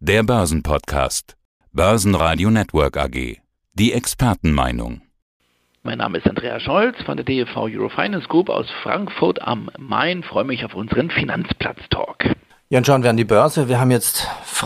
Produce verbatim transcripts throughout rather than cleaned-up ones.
Der Börsenpodcast. Börsenradio Network A G. Die Expertenmeinung. Mein Name ist Andreas Scholz von der D E V Eurofinance Group aus Frankfurt am Main. Ich freue mich auf unseren Finanzplatz-Talk. Ja, und schauen wir an die Börse. Wir haben jetzt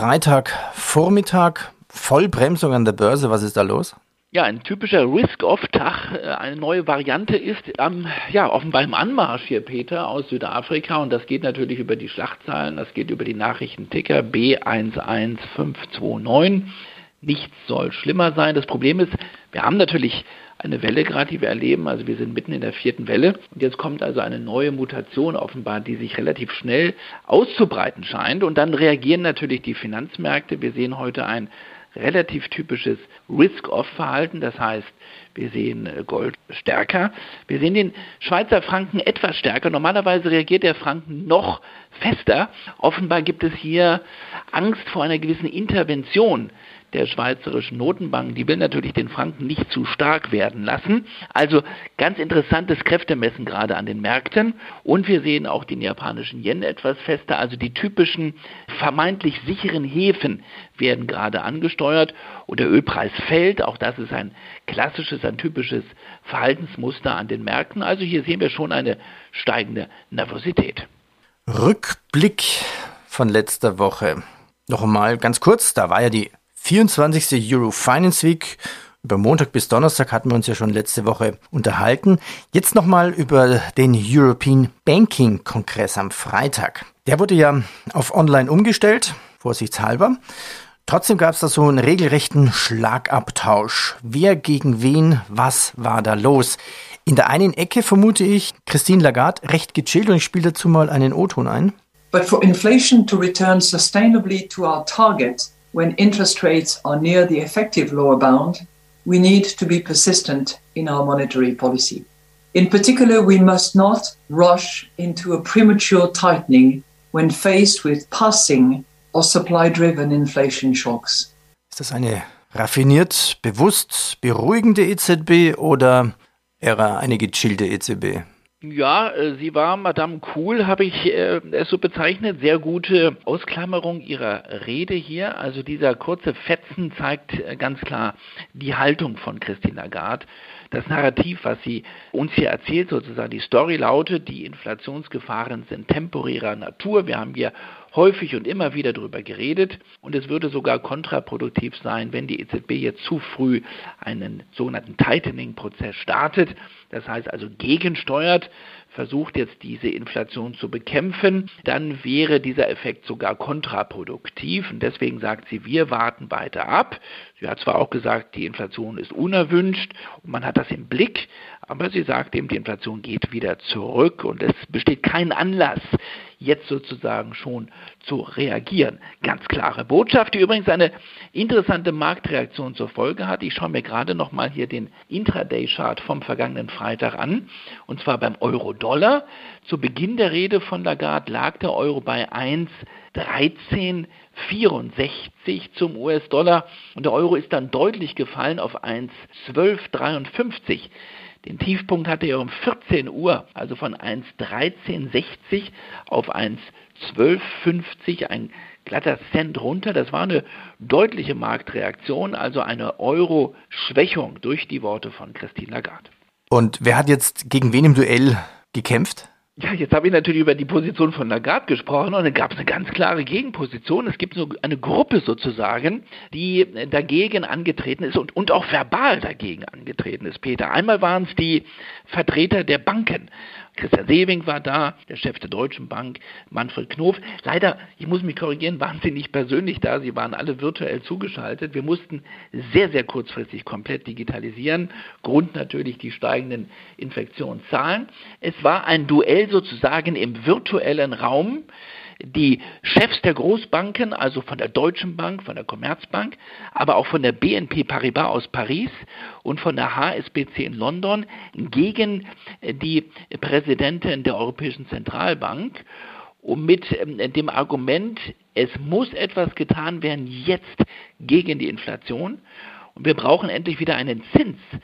Freitagvormittag, Vollbremsung an der Börse. Was ist da los? Ja, ein typischer Risk-Off-Tag. Eine neue Variante ist ähm, ja, offenbar im Anmarsch hier, Peter, aus Südafrika. Und das geht natürlich über die Schlachtzahlen, das geht über die Nachrichtenticker B eins eins fünf zwei neun. Nichts soll schlimmer sein. Das Problem ist, wir haben natürlich eine Welle gerade, die wir erleben. Also wir sind mitten in der vierten Welle. Und jetzt kommt also eine neue Mutation offenbar, die sich relativ schnell auszubreiten scheint. Und dann reagieren natürlich die Finanzmärkte. Wir sehen heute ein relativ typisches Risk-Off-Verhalten, das heißt, wir sehen Gold stärker, wir sehen den Schweizer Franken etwas stärker, normalerweise reagiert der Franken noch fester, offenbar gibt es hier Angst vor einer gewissen Intervention der Schweizerischen Notenbank, die will natürlich den Franken nicht zu stark werden lassen. Also ganz interessantes Kräftemessen gerade an den Märkten. Und wir sehen auch den japanischen Yen etwas fester. Also die typischen vermeintlich sicheren Häfen werden gerade angesteuert. Und der Ölpreis fällt. Auch das ist ein klassisches, ein typisches Verhaltensmuster an den Märkten. Also hier sehen wir schon eine steigende Nervosität. Rückblick von letzter Woche. Noch einmal ganz kurz, da war ja die vierundzwanzigste Eurofinance Week. Über Montag bis Donnerstag hatten wir uns ja schon letzte Woche unterhalten. Jetzt nochmal über den European Banking Kongress am Freitag. Der wurde ja auf online umgestellt, vorsichtshalber. Trotzdem gab es da so einen regelrechten Schlagabtausch. Wer gegen wen, was war da los? In der einen Ecke vermute ich Christine Lagarde recht gechillt und ich spiele dazu mal einen O-Ton ein. But for inflation to return sustainably to our target, when interest rates are near the effective lower bound, we need to be persistent in our monetary policy. In particular, we must not rush into a premature tightening when faced with passing or supply-driven inflation shocks. Ist das eine raffiniert, bewusst beruhigende E Z B oder eher eine gechillte E Z B? Ja, sie war Madame Cool, habe ich äh, es so bezeichnet. Sehr gute Ausklammerung ihrer Rede hier. Also dieser kurze Fetzen zeigt äh, ganz klar die Haltung von Christine Lagarde. Das Narrativ, was sie uns hier erzählt, sozusagen die Story lautet, die Inflationsgefahren sind temporärer Natur. Wir haben hier häufig und immer wieder darüber geredet und es würde sogar kontraproduktiv sein, wenn die E Z B jetzt zu früh einen sogenannten Tightening-Prozess startet. Das heißt also gegensteuert, versucht jetzt diese Inflation zu bekämpfen, dann wäre dieser Effekt sogar kontraproduktiv und deswegen sagt sie, wir warten weiter ab. Sie hat zwar auch gesagt, die Inflation ist unerwünscht und man hat das im Blick, aber sie sagt eben, die Inflation geht wieder zurück und es besteht kein Anlass, jetzt sozusagen schon zu reagieren. Ganz klare Botschaft, die übrigens eine interessante Marktreaktion zur Folge hat. Ich schaue mir gerade nochmal hier den Intraday-Chart vom vergangenen Freitag an, und zwar beim Euro-Dollar. Zu Beginn der Rede von Lagarde lag der Euro bei eins Komma dreizehn vierundsechzig zum U S-Dollar und der Euro ist dann deutlich gefallen auf eins Komma zwölf dreiundfünfzig. Den Tiefpunkt hatte er um vierzehn Uhr, also von eins Komma dreizehn sechzig auf eins Komma zwölf fünfzig, ein glatter Cent runter. Das war eine deutliche Marktreaktion, also eine Euro-Schwächung durch die Worte von Christine Lagarde. Und wer hat jetzt gegen wen im Duell gekämpft? Ja, jetzt habe ich natürlich über die Position von Lagarde gesprochen und dann gab es eine ganz klare Gegenposition. Es gibt so eine Gruppe sozusagen, die dagegen angetreten ist und, und auch verbal dagegen angetreten ist, Peter. Einmal waren es die Vertreter der Banken. Christian Sewing war da, der Chef der Deutschen Bank, Manfred Knof. Leider, ich muss mich korrigieren, waren sie nicht persönlich da, sie waren alle virtuell zugeschaltet. Wir mussten sehr, sehr kurzfristig komplett digitalisieren. Grund natürlich die steigenden Infektionszahlen. Es war ein Duell sozusagen im virtuellen Raum. Die Chefs der Großbanken, also von der Deutschen Bank, von der Commerzbank, aber auch von der B N P Paribas aus Paris und von der H S B C in London gegen die Präsidentin der Europäischen Zentralbank und mit dem Argument, es muss etwas getan werden jetzt gegen die Inflation und wir brauchen endlich wieder einen Zins,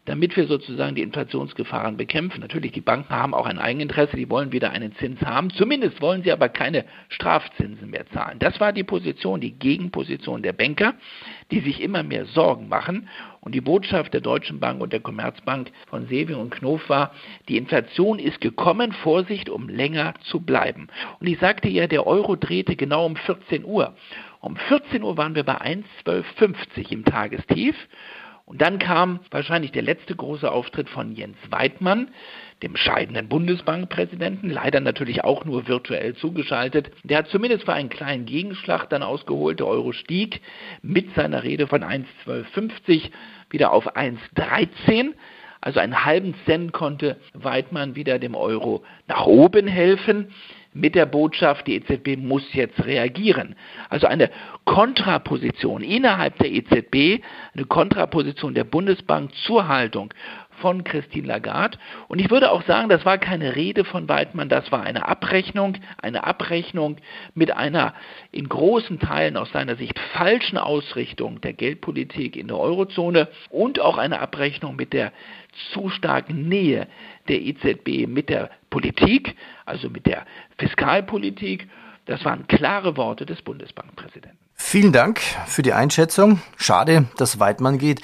damit wir sozusagen die Inflationsgefahren bekämpfen. Natürlich, die Banken haben auch ein Eigeninteresse, die wollen wieder einen Zins haben. Zumindest wollen sie aber keine Strafzinsen mehr zahlen. Das war die Position, die Gegenposition der Banker, die sich immer mehr Sorgen machen. Und die Botschaft der Deutschen Bank und der Commerzbank von Sewing und Knof war, die Inflation ist gekommen, Vorsicht, um länger zu bleiben. Und ich sagte ja, der Euro drehte genau um vierzehn Uhr. Um vierzehn Uhr waren wir bei eins Komma zwölf fünfzig im Tagestief. Und dann kam wahrscheinlich der letzte große Auftritt von Jens Weidmann, dem scheidenden Bundesbankpräsidenten, leider natürlich auch nur virtuell zugeschaltet. Der hat zumindest für einen kleinen Gegenschlag dann ausgeholt. Der Euro stieg mit seiner Rede von eins Komma zwölf fünfzig wieder auf eins Komma dreizehn. Also einen halben Cent konnte Weidmann wieder dem Euro nach oben helfen. Mit der Botschaft, die E Z B muss jetzt reagieren. Also eine Kontraposition innerhalb der E Z B, eine Kontraposition der Bundesbank zur Haltung von Christine Lagarde. Und ich würde auch sagen, das war keine Rede von Weidmann, das war eine Abrechnung, eine Abrechnung mit einer in großen Teilen aus seiner Sicht falschen Ausrichtung der Geldpolitik in der Eurozone und auch eine Abrechnung mit der zu starken Nähe der E Z B mit der Politik, also mit der Fiskalpolitik. Das waren klare Worte des Bundesbankpräsidenten. Vielen Dank für die Einschätzung. Schade, dass Weidmann geht.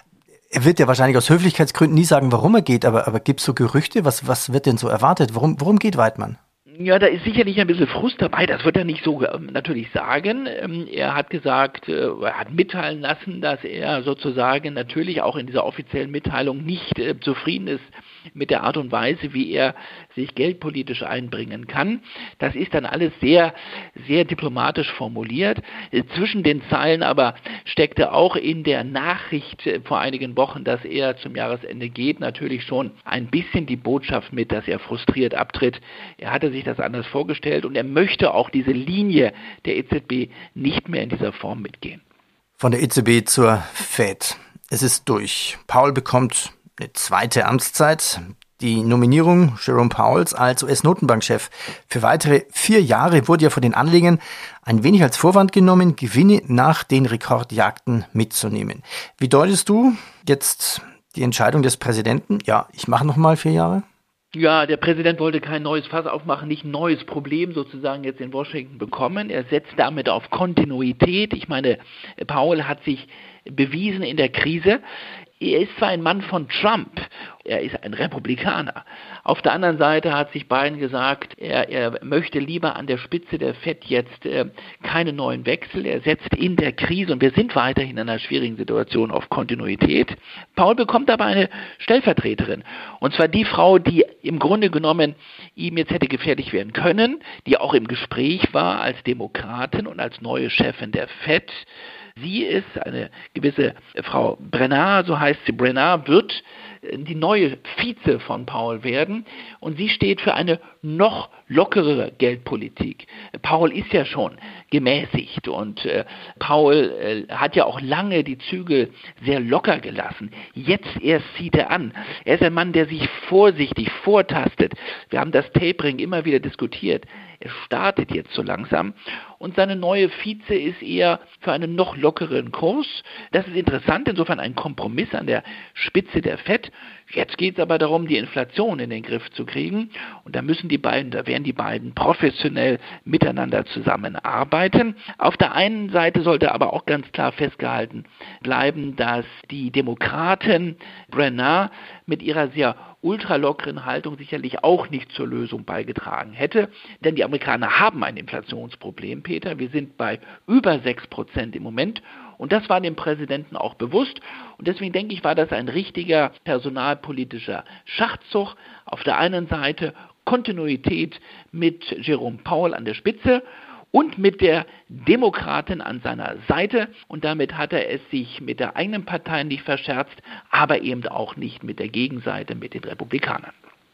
Er wird ja wahrscheinlich aus Höflichkeitsgründen nie sagen, warum er geht, aber, aber gibt es so Gerüchte? Was, was wird denn so erwartet? Warum, warum geht Weidmann? Ja, da ist sicherlich ein bisschen Frust dabei, das wird er nicht so ähm, natürlich sagen. Ähm, er hat gesagt, äh, er hat mitteilen lassen, dass er sozusagen natürlich auch in dieser offiziellen Mitteilung nicht äh, zufrieden ist mit der Art und Weise, wie er sich geldpolitisch einbringen kann. Das ist dann alles sehr, sehr diplomatisch formuliert. Äh, zwischen den Zeilen aber steckte auch in der Nachricht äh, vor einigen Wochen, dass er zum Jahresende geht, natürlich schon ein bisschen die Botschaft mit, dass er frustriert abtritt. Er hatte sich das anders vorgestellt und er möchte auch diese Linie der E Z B nicht mehr in dieser Form mitgehen. Von der E Z B zur Fed. Es ist durch. Powell bekommt eine zweite Amtszeit. Die Nominierung Jerome Powells als U S-Notenbankchef für weitere vier Jahre wurde ja von den Anlegern ein wenig als Vorwand genommen, Gewinne nach den Rekordjagden mitzunehmen. Wie deutest du jetzt die Entscheidung des Präsidenten? Ja, ich mache noch mal vier Jahre. Ja, der Präsident wollte kein neues Fass aufmachen, nicht ein neues Problem sozusagen jetzt in Washington bekommen. Er setzt damit auf Kontinuität. Ich meine, Powell hat sich bewiesen in der Krise. Er ist zwar ein Mann von Trump, er ist ein Republikaner. Auf der anderen Seite hat sich Biden gesagt, er, er möchte lieber an der Spitze der Fed jetzt äh, keine neuen Wechsel. Er setzt in der Krise, und wir sind weiterhin in einer schwierigen Situation, auf Kontinuität. Powell bekommt aber eine Stellvertreterin. Und zwar die Frau, die im Grunde genommen ihm jetzt hätte gefährlich werden können, die auch im Gespräch war als Demokratin und als neue Chefin der Fed. Sie ist eine gewisse Frau Brenner, so heißt sie. Brenner wird die neue Vize von Powell werden und sie steht für eine noch lockerere Geldpolitik. Powell ist ja schon gemäßigt und äh, Powell äh, hat ja auch lange die Zügel sehr locker gelassen. Jetzt erst zieht er an. Er ist ein Mann, der sich vorsichtig vortastet. Wir haben das Tapering immer wieder diskutiert. Er startet jetzt so langsam und seine neue Vize ist eher für einen noch lockeren Kurs. Das ist interessant, insofern ein Kompromiss an der Spitze der Fed. Jetzt geht es aber darum, die Inflation in den Griff zu kriegen und da müssen die beiden, da werden die beiden professionell miteinander zusammenarbeiten. Auf der einen Seite sollte aber auch ganz klar festgehalten bleiben, dass die Demokraten Brenner mit ihrer sehr ultralockeren Haltung sicherlich auch nicht zur Lösung beigetragen hätte. Denn die Amerikaner haben ein Inflationsproblem, Peter. Wir sind bei über sechs Prozent im Moment. Und das war dem Präsidenten auch bewusst. Und deswegen denke ich, war das ein richtiger personalpolitischer Schachzug. Auf der einen Seite Kontinuität mit Jerome Powell an der Spitze und mit der Demokratin an seiner Seite. Und damit hat er es sich mit der eigenen Partei nicht verscherzt, aber eben auch nicht mit der Gegenseite, mit den Republikanern.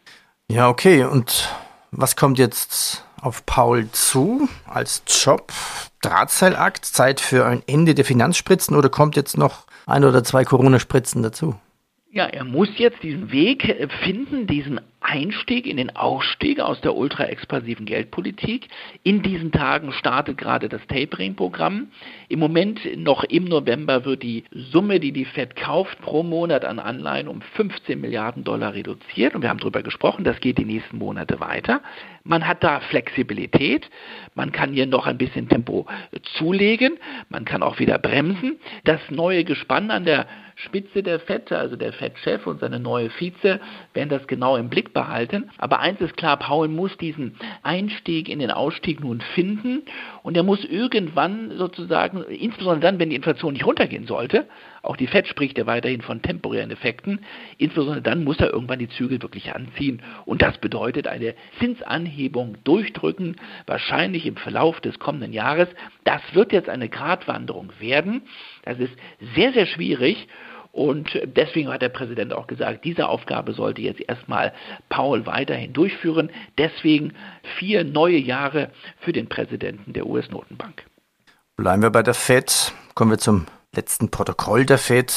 Ja, okay. Und was kommt jetzt auf Powell zu als Job? Drahtseilakt, Zeit für ein Ende der Finanzspritzen oder kommt jetzt noch ein oder zwei Corona-Spritzen dazu? Ja, er muss jetzt diesen Weg finden, diesen Einstieg in den Ausstieg aus der ultra-expansiven Geldpolitik. In diesen Tagen startet gerade das Tapering-Programm. Im Moment, noch im November, wird die Summe, die die Fed kauft, pro Monat an Anleihen um fünfzehn Milliarden Dollar reduziert. Und wir haben darüber gesprochen, das geht die nächsten Monate weiter. Man hat da Flexibilität. Man kann hier noch ein bisschen Tempo zulegen. Man kann auch wieder bremsen. Das neue Gespann an der Spitze der Fed, also der Fed-Chef und seine neue Vize, werden das genau im Blick behalten. Aber eins ist klar, Powell muss diesen Einstieg in den Ausstieg nun finden und er muss irgendwann sozusagen, insbesondere dann, wenn die Inflation nicht runtergehen sollte, auch die Fed spricht ja weiterhin von temporären Effekten, insbesondere dann muss er irgendwann die Zügel wirklich anziehen und das bedeutet eine Zinsanhebung durchdrücken, wahrscheinlich im Verlauf des kommenden Jahres. Das wird jetzt eine Gratwanderung werden. Das ist sehr, sehr schwierig. Und deswegen hat der Präsident auch gesagt, diese Aufgabe sollte jetzt erstmal Powell weiterhin durchführen. Deswegen vier neue Jahre für den Präsidenten der U S-Notenbank. Bleiben wir bei der Fed. Kommen wir zum letzten Protokoll der Fed,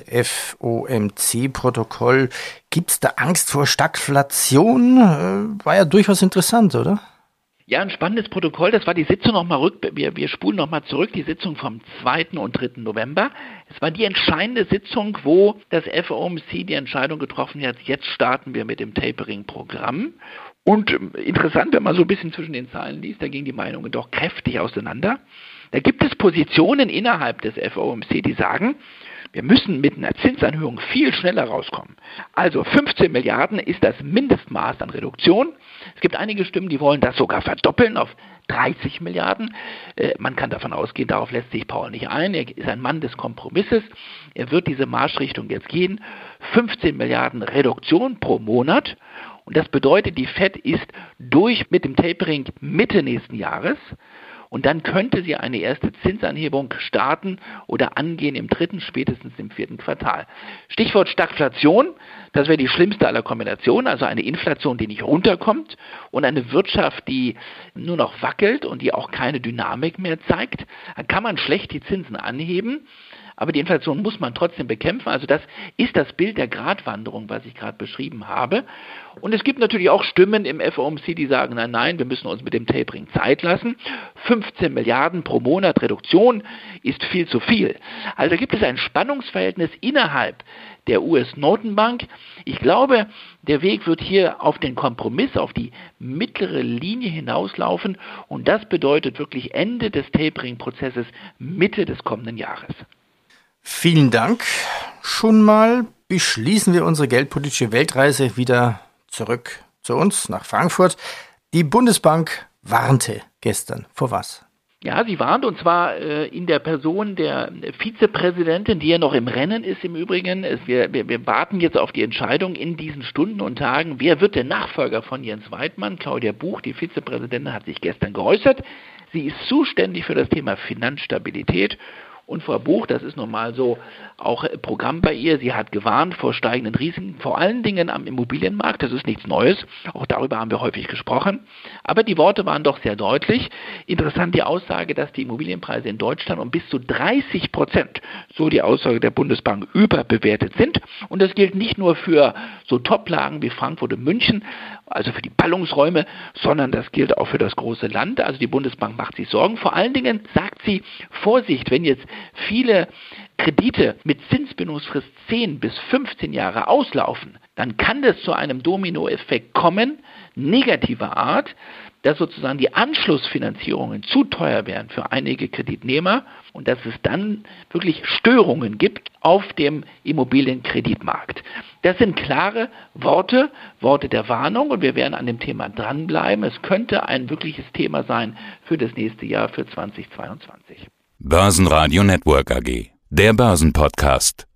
F O M C-Protokoll. Gibt es da Angst vor Stagflation? War ja durchaus interessant, oder? Ja, ein spannendes Protokoll. Das war die Sitzung nochmal rück. Wir, wir spulen nochmal zurück, die Sitzung vom zweiten und dritten November. Es war die entscheidende Sitzung, wo das F O M C die Entscheidung getroffen hat, jetzt starten wir mit dem Tapering-Programm. Und interessant, wenn man so ein bisschen zwischen den Zeilen liest, da gingen die Meinungen doch kräftig auseinander. Da gibt es Positionen innerhalb des F O M C, die sagen, wir müssen mit einer Zinsanhöhung viel schneller rauskommen. Also fünfzehn Milliarden ist das Mindestmaß an Reduktion. Es gibt einige Stimmen, die wollen das sogar verdoppeln auf dreißig Milliarden. Äh, man kann davon ausgehen, darauf lässt sich Powell nicht ein. Er ist ein Mann des Kompromisses. Er wird diese Marschrichtung jetzt gehen. fünfzehn Milliarden Reduktion pro Monat. Und das bedeutet, die Fed ist durch mit dem Tapering Mitte nächsten Jahres. Und dann könnte sie eine erste Zinsanhebung starten oder angehen im dritten, spätestens im vierten Quartal. Stichwort Stagflation, das wäre die schlimmste aller Kombinationen, also eine Inflation, die nicht runterkommt und eine Wirtschaft, die nur noch wackelt und die auch keine Dynamik mehr zeigt. Dann kann man schlecht die Zinsen anheben, aber die Inflation muss man trotzdem bekämpfen. Also das ist das Bild der Gratwanderung, was ich gerade beschrieben habe. Und es gibt natürlich auch Stimmen im F O M C, die sagen, nein, nein, wir müssen uns mit dem Tapering Zeit lassen. fünfzehn Milliarden pro Monat Reduktion ist viel zu viel. Also gibt es ein Spannungsverhältnis innerhalb der U S-Notenbank. Ich glaube, der Weg wird hier auf den Kompromiss, auf die mittlere Linie hinauslaufen. Und das bedeutet wirklich Ende des Tapering-Prozesses Mitte des kommenden Jahres. Vielen Dank. Schon mal beschließen wir unsere geldpolitische Weltreise wieder zurück zu uns nach Frankfurt. Die Bundesbank warnte gestern vor was? Ja, sie warnt und zwar äh, in der Person der Vizepräsidentin, die ja noch im Rennen ist im Übrigen. Es, wir, wir, wir warten jetzt auf die Entscheidung in diesen Stunden und Tagen. Wer wird der Nachfolger von Jens Weidmann? Claudia Buch, die Vizepräsidentin, hat sich gestern geäußert. Sie ist zuständig für das Thema Finanzstabilität. Und Frau Buch, das ist nun mal so auch Programm bei ihr, sie hat gewarnt vor steigenden Risiken, vor allen Dingen am Immobilienmarkt, das ist nichts Neues, auch darüber haben wir häufig gesprochen, aber die Worte waren doch sehr deutlich. Interessant die Aussage, dass die Immobilienpreise in Deutschland um bis zu dreißig Prozent, so die Aussage der Bundesbank, überbewertet sind und das gilt nicht nur für so Toplagen wie Frankfurt und München, also für die Ballungsräume, sondern das gilt auch für das große Land, also die Bundesbank macht sich Sorgen, vor allen Dingen sagt sie, Vorsicht, wenn jetzt viele Kredite mit Zinsbindungsfrist zehn bis fünfzehn Jahre auslaufen, dann kann das zu einem Dominoeffekt kommen, negativer Art, dass sozusagen die Anschlussfinanzierungen zu teuer wären für einige Kreditnehmer und dass es dann wirklich Störungen gibt auf dem Immobilienkreditmarkt. Das sind klare Worte, Worte der Warnung und wir werden an dem Thema dranbleiben. Es könnte ein wirkliches Thema sein für das nächste Jahr, für zweitausendzweiundzwanzig. Börsenradio Network A G, der Börsenpodcast.